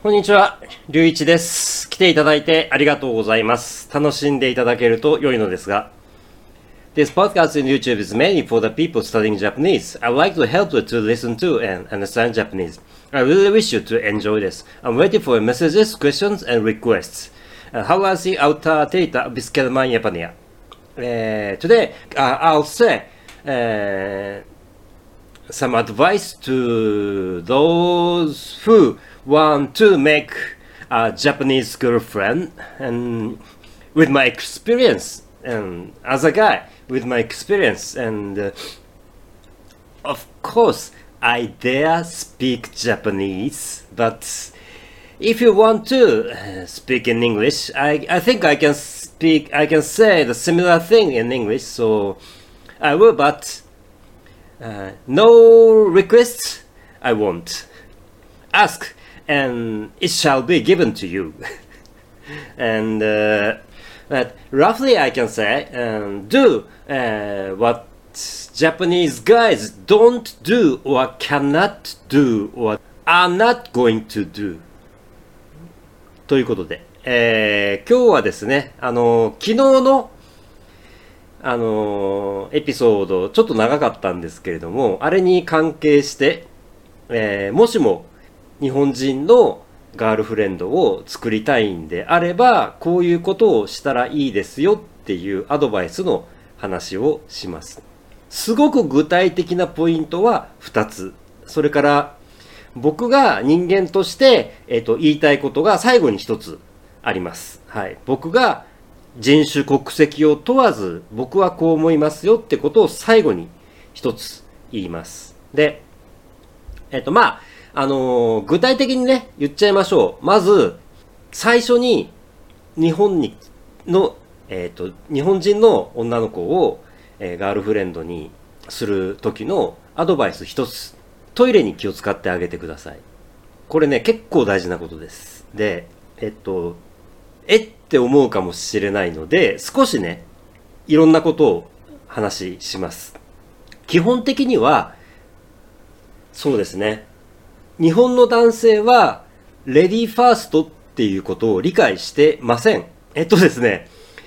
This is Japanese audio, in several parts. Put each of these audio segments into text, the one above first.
こんにちは、りゅういちです。来ていただいてありがとうございます。楽しんでいただけると良いのですが。This podcast in YouTube is mainly for the people studying Japanese. I'd like to help you to listen to and understand Japanese. I really wish you to enjoy this. I'm waiting for your messages, questions, and requests. How was the outer data of Biskelman Japania? Today, I'll say some advice to those who want to make a Japanese girlfriend, and with my experience and as a guy with my experience, and of course I dare speak Japanese, but if you want to speak in English, I think I can say the similar thing in English, so I will, but no requests I won't. Ask and it shall be given to you. And but roughly I can say, do what Japanese guys don't do or cannot do or are not going to do. ということで、今日はですね、昨日のエピソードちょっと長かったんですけれども、あれに関係して、もしも日本人のガールフレンドを作りたいんであれば、こういうことをしたらいいですよっていうアドバイスの話をします。すごく具体的なポイントは2つ。それから僕が人間として、言いたいことが最後に1つあります。はい。僕が人種国籍を問わず、僕はこう思いますよってことを最後に1つ言います。で、具体的にね、言っちゃいましょう。まず、最初に日本人の女の子を、ガールフレンドにする時のアドバイス一つ。トイレに気を使ってあげてください。これね、結構大事なことです。で、って思うかもしれないので、少しね、いろんなことを話します。基本的には、そうですね。日本の男性は、レディーファーストっていうことを理解してません。ですね、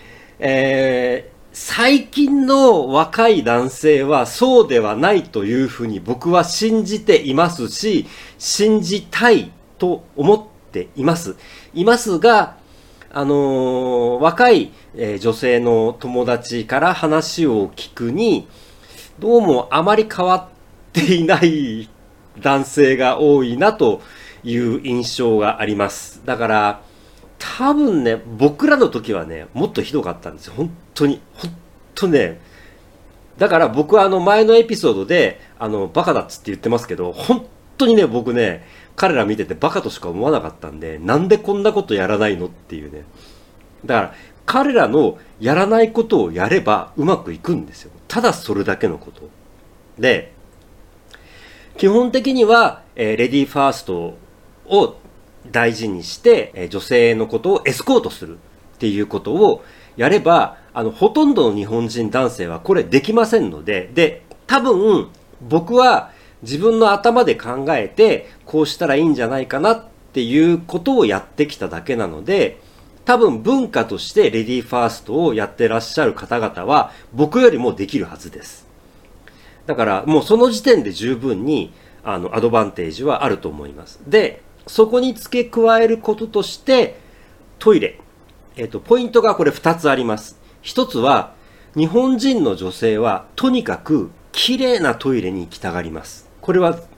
最近の若い男性はそうではないというふうに僕は信じていますし、信じたいと思っています。が、若い、女性の友達から話を聞くに、どうもあまり変わっていない男性が多いなという印象があります。だから多分ね、僕らの時はね、もっとひどかったんですよ。本当ね。だから僕は前のエピソードでバカだっつって言ってますけど、本当にね、僕ね、彼ら見ててバカとしか思わなかったんで、なんでこんなことやらないのっていうね。だから彼らのやらないことをやればうまくいくんですよ。ただそれだけのことで、基本的には、レディーファーストを大事にして、女性のことをエスコートするっていうことをやれば、ほとんどの日本人男性はこれできませんので、多分僕は自分の頭で考えてこうしたらいいんじゃないかなっていうことをやってきただけなので、多分文化としてレディーファーストをやってらっしゃる方々は僕よりもできるはずです。だからもうその時点で十分にアドバンテージはあると思います。で、そこに付け加えることとしてトイレ。ポイントがこれ2つあります。1つは日本人の女性はとにかく綺麗なトイレに行きたがります。これは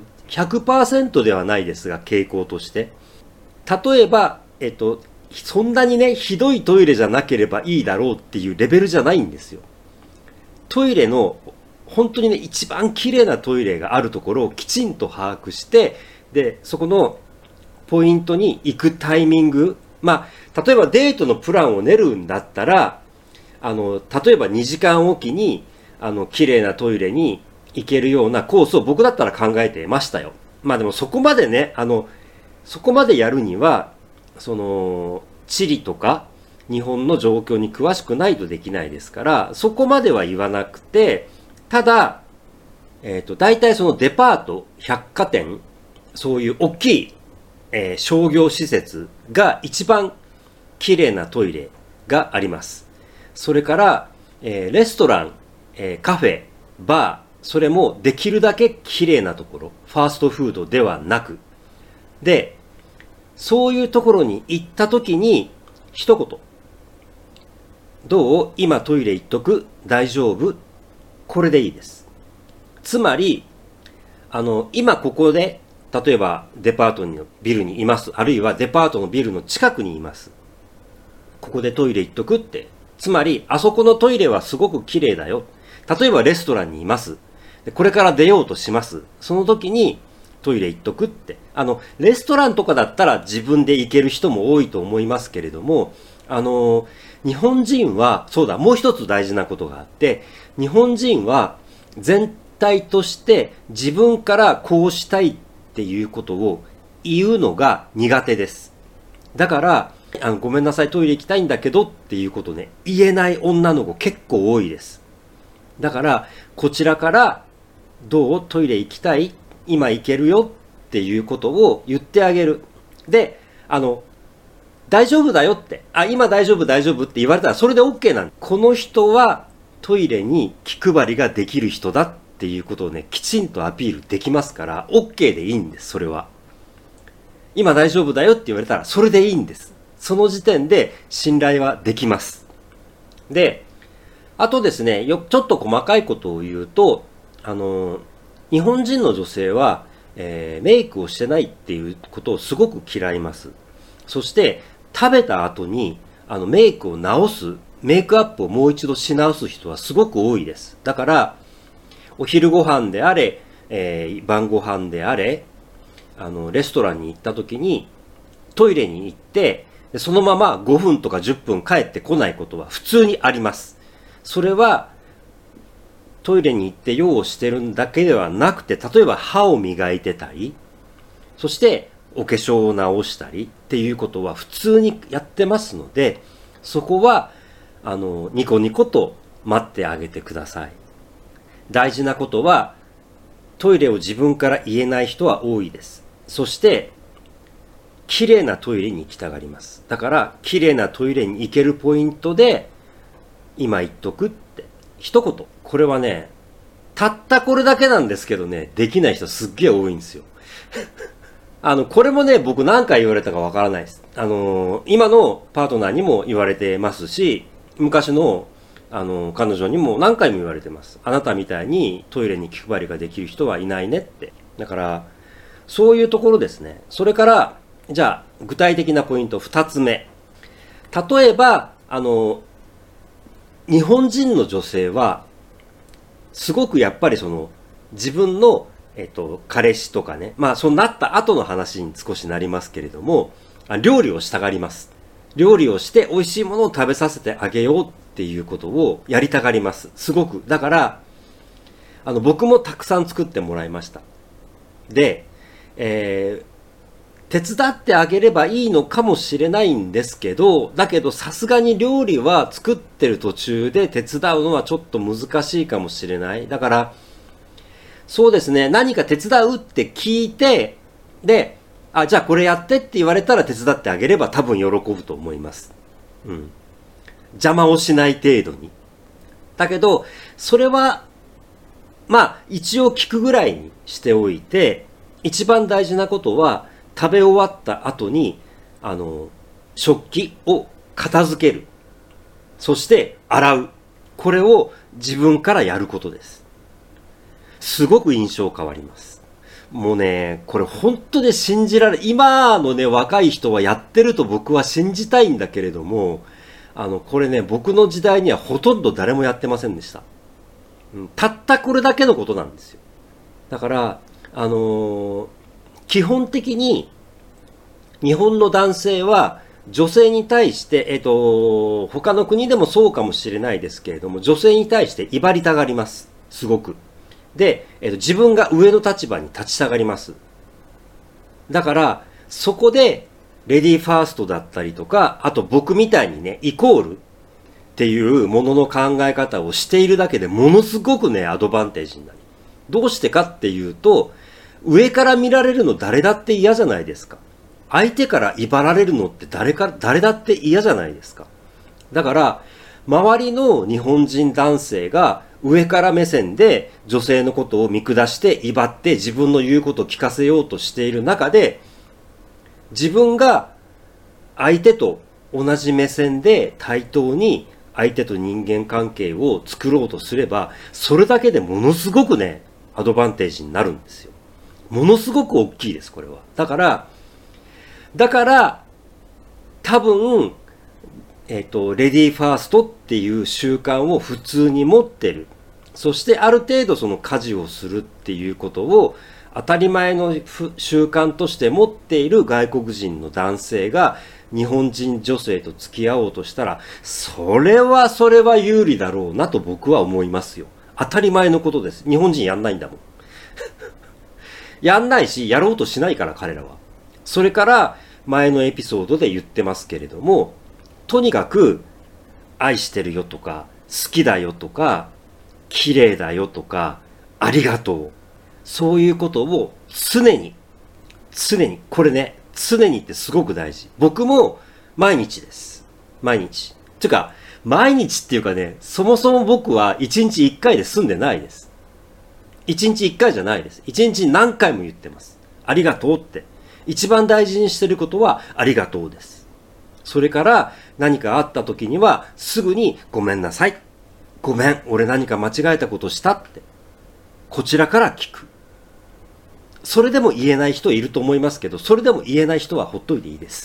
100% ではないですが傾向として。例えばそんなにねひどいトイレじゃなければいいだろうっていうレベルじゃないんですよ。トイレの本当にね、一番綺麗なトイレがあるところをきちんと把握して、で、そこのポイントに行くタイミング、例えばデートのプランを練るんだったら、例えば2時間おきに、綺麗なトイレに行けるようなコースを僕だったら考えてましたよ。でもそこまでね、そこまでやるには、地理とか日本の状況に詳しくないとできないですから、そこまでは言わなくて、ただ、大体そのデパート、百貨店、そういう大きい商業施設が一番綺麗なトイレがあります。それから、レストラン、カフェ、バー、それもできるだけ綺麗なところ、ファーストフードではなく。で、そういうところに行った時に、一言。どう？今トイレ行っとく？大丈夫？これでいいです。つまり、今ここで、例えばデパートのビルにいます。あるいはデパートのビルの近くにいます。ここでトイレ行っとくって。つまり、あそこのトイレはすごく綺麗だよ。例えばレストランにいます。これから出ようとします。その時にトイレ行っとくって。レストランとかだったら自分で行ける人も多いと思いますけれども、日本人は、そうだ、もう一つ大事なことがあって、日本人は全体として自分からこうしたいっていうことを言うのが苦手です。だから、ごめんなさい、トイレ行きたいんだけどっていうことね、言えない女の子結構多いです。だから、こちらから、どう？トイレ行きたい？今行けるよっていうことを言ってあげる。で、大丈夫だよって、今大丈夫大丈夫って言われたらそれで OK なんです。この人はトイレに気配りができる人だっていうことをね、きちんとアピールできますから、OK でいいんです、それは。今大丈夫だよって言われたらそれでいいんです。その時点で信頼はできます。で、あとですね、ちょっと細かいことを言うと、日本人の女性は、メイクをしてないっていうことをすごく嫌います。そして食べた後にメイクを直す、メイクアップをもう一度し直す人はすごく多いです。だからお昼ご飯であれ、晩ご飯であれ、レストランに行った時にトイレに行ってそのまま5分とか10分帰ってこないことは普通にあります。それはトイレに行って用をしてるだけではなくて、例えば歯を磨いてたり、そしてお化粧を直したりっていうことは普通にやってますので、そこはニコニコと待ってあげてください。大事なことはトイレを自分から言えない人は多いです。そして綺麗なトイレに行きたがります。だから綺麗なトイレに行けるポイントで今言っとくって一言。これはね、たったこれだけなんですけどね、できない人すっげえ多いんですよ。これもね、僕何回言われたかわからないです。今のパートナーにも言われてますし、昔の、彼女にも何回も言われてます。あなたみたいにトイレに気配りができる人はいないねって。だから、そういうところですね。それから、じゃあ、具体的なポイント2つ目。例えば、日本人の女性は、すごくやっぱり自分の、彼氏とかね、そうなった後の話に少しなりますけれども、料理をしたがります。料理をして美味しいものを食べさせてあげようっていうことをやりたがります。すごく。だから、僕もたくさん作ってもらいました。で、手伝ってあげればいいのかもしれないんですけど、だけどさすがに料理は作ってる途中で手伝うのはちょっと難しいかもしれない。だから、そうですね、何か手伝うって聞いて、で、じゃあこれやってって言われたら手伝ってあげれば多分喜ぶと思います。うん。邪魔をしない程度に。だけど、それは、一応聞くぐらいにしておいて、一番大事なことは、食べ終わった後に、食器を片付ける。そして洗う。これを自分からやることです。すごく印象変わります。もうね、これ本当で信じられ、今のね、若い人はやってると僕は信じたいんだけれども、これね、僕の時代にはほとんど誰もやってませんでした。たったこれだけのことなんですよ。だから、基本的に日本の男性は女性に対して、他の国でもそうかもしれないですけれども、女性に対して威張りたがります。すごく。で、自分が上の立場に立ちたがります。だから、そこで、レディーファーストだったりとか、あと僕みたいにね、イコールっていうものの考え方をしているだけでものすごくね、アドバンテージになる。どうしてかっていうと、上から見られるの誰だって嫌じゃないですか。 相手から威張られるのって誰だって嫌じゃないですか。だから、周りの日本人男性が上から目線で女性のことを見下して威張って自分の言うことを聞かせようとしている中で、自分が相手と同じ目線で対等に相手と人間関係を作ろうとすれば、それだけでものすごくね、アドバンテージになるんですよ。ものすごく大きいです、これは。だから多分、レディーファーストっていう習慣を普通に持ってる。そしてある程度その家事をするっていうことを当たり前の習慣として持っている外国人の男性が日本人女性と付き合おうとしたら、それは有利だろうなと僕は思いますよ。当たり前のことです。日本人やんないんだもん。やんないし、やろうとしないから彼らは。それから前のエピソードで言ってますけれども、とにかく愛してるよとか、好きだよとか、綺麗だよとか、ありがとう。そういうことを常に、これね、常にってすごく大事。僕も毎日です。毎日。てか、毎日っていうかね、そもそも僕は1日1回で済んでないです。1日1回じゃないです。1日何回も言ってます。ありがとうって。一番大事にしてることはありがとうです。それから何かあった時にはすぐにごめんなさい。ごめん、俺何か間違えたことしたって。こちらから聞く。それでも言えない人いると思いますけど、それでも言えない人はほっといていいです。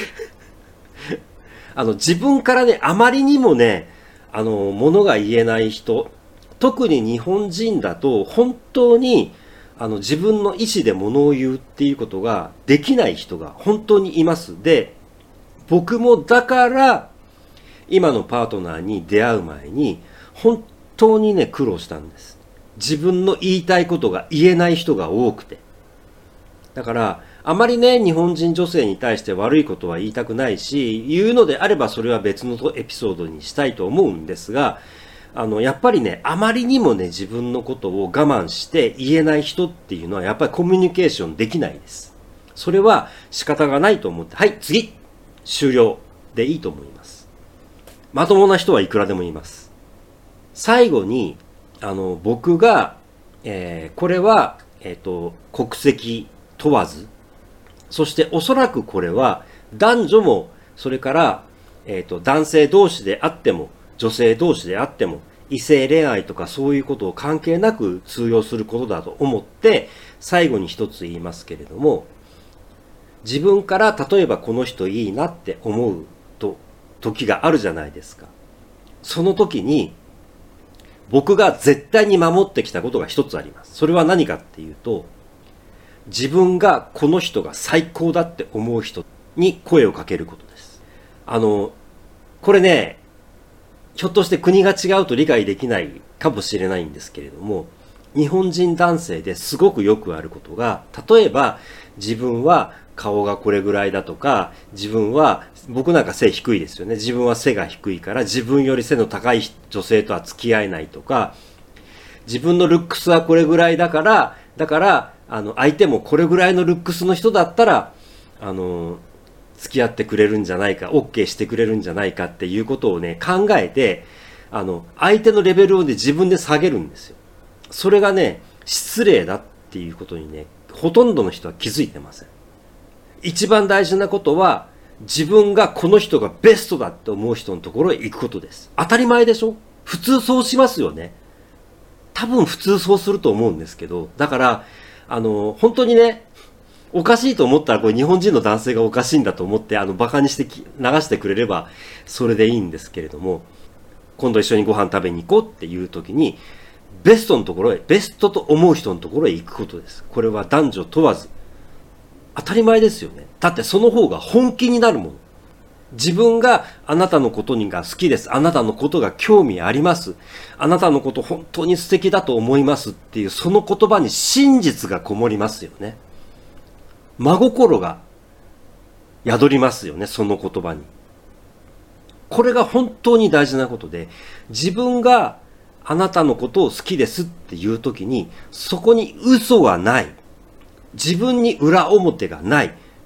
自分からね、あまりにもね、ものが言えない人、特に日本人だと本当に自分の意思でものを言うっていうことができない人が本当にいます。で、僕もだから今のパートナーに出会う前に本当にね苦労したんです。自分の言いたいことが言えない人が多くて。だからあまりね日本人女性に対して悪いことは言いたくないし、言うのであればそれは別のエピソードにしたいと思うんですが、やっぱりね、あまりにもね、自分のことを我慢して言えない人っていうのは、やっぱりコミュニケーションできないです。それは仕方がないと思って、はい、次終了でいいと思います。まともな人はいくらでもいます。最後に、僕が、これは、国籍問わず、そしておそらくこれは、男女も、それから、男性同士であっても、女性同士であっても異性恋愛とかそういうことを関係なく通用することだと思って最後に一つ言いますけれども、自分から例えばこの人いいなって思う時があるじゃないですか。その時に僕が絶対に守ってきたことが一つあります。それは何かっていうと、自分がこの人が最高だって思う人に声をかけることです。これね、ひょっとして国が違うと理解できないかもしれないんですけれども、日本人男性ですごくよくあることが、例えば自分は顔がこれぐらいだとか、僕なんか背低いですよね。自分は背が低いから自分より背の高い女性とは付き合えないとか、自分のルックスはこれぐらいだから、相手もこれぐらいのルックスの人だったら、付き合ってくれるんじゃないか、OK してくれるんじゃないかっていうことをね、考えて、相手のレベルをね、自分で下げるんですよ。それがね、失礼だっていうことにね、ほとんどの人は気づいてません。一番大事なことは、自分がこの人がベストだって思う人のところへ行くことです。当たり前でしょ？普通そうしますよね。多分普通そうすると思うんですけど、だから、本当にね、おかしいと思ったらこれ日本人の男性がおかしいんだと思ってバカにして流してくれればそれでいいんですけれども、今度一緒にご飯食べに行こうっていう時にベストのところへ、ベストと思う人のところへ行くことです。これは男女問わず当たり前ですよね。だってその方が本気になるもの。自分があなたのことが好きです、あなたのことが興味あります、あなたのこと本当に素敵だと思いますっていうその言葉に真実がこもりますよね。真心が宿りますよね、その言葉に。これが本当に大事なことで、自分があなたのことを好きですっていう時に、そこに嘘はない。自分に裏表がない。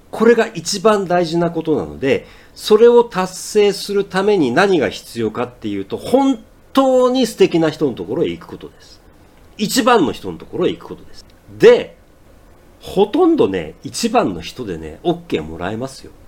これが一番大事なことなので、それを達成するために何が必要かっていうと、本当に素敵な人のところへ行くことです。一番の人のところへ行くことです。で、ほとんどね、一番の人でね、OK もらえますよ。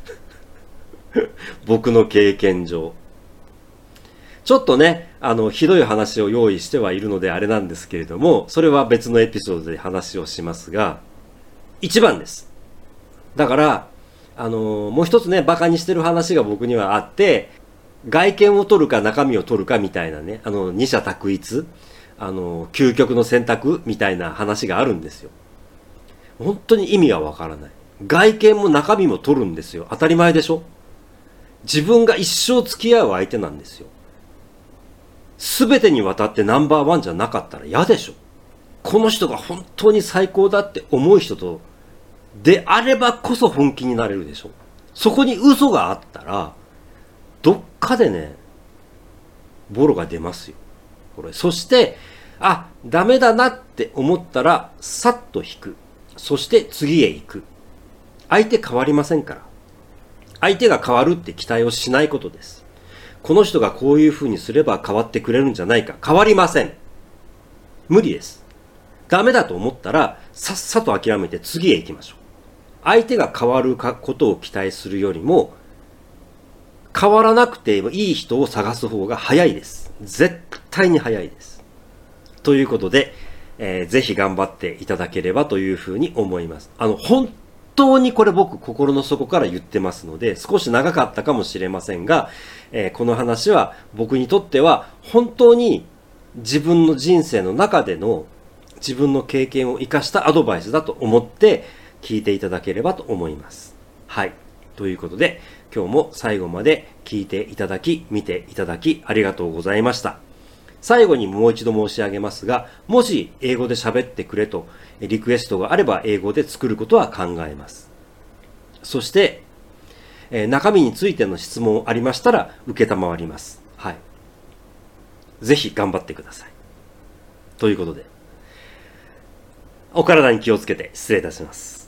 僕の経験上。ちょっとね、ひどい話を用意してはいるのであれなんですけれども、それは別のエピソードで話をしますが、一番です。だから、もう一つね、馬鹿にしてる話が僕にはあって、外見を取るか中身を取るかみたいなね、二者択一、究極の選択みたいな話があるんですよ。本当に意味がわからない。外見も中身も取るんですよ。当たり前でしょ？自分が一生付き合う相手なんですよ。すべてにわたってナンバーワンじゃなかったら嫌でしょ？この人が本当に最高だって思う人とであればこそ本気になれるでしょ？そこに嘘があったら、どっかでね、ボロが出ますよ。これ。そして、ダメだなって思ったら、さっと引く。そして次へ行く。相手変わりませんから。相手が変わるって期待をしないことです。この人がこういう風にすれば変わってくれるんじゃないか。変わりません。無理です。ダメだと思ったら、さっさと諦めて次へ行きましょう。相手が変わることを期待するよりも、変わらなくていい人を探す方が早いです。絶対に早いです。ということで、ぜひ頑張っていただければというふうに思います。本当にこれ僕心の底から言ってますので、少し長かったかもしれませんが、この話は僕にとっては本当に自分の人生の中での自分の経験を生かしたアドバイスだと思って聞いていただければと思います。はい。ということで、今日も最後まで聞いていただき、見ていただきありがとうございました。最後にもう一度申し上げますが、もし英語で喋ってくれとリクエストがあれば英語で作ることは考えます。そして、中身についての質問ありましたら受けたまわります。はい。ぜひ頑張ってください。ということで、お体に気をつけて失礼いたします。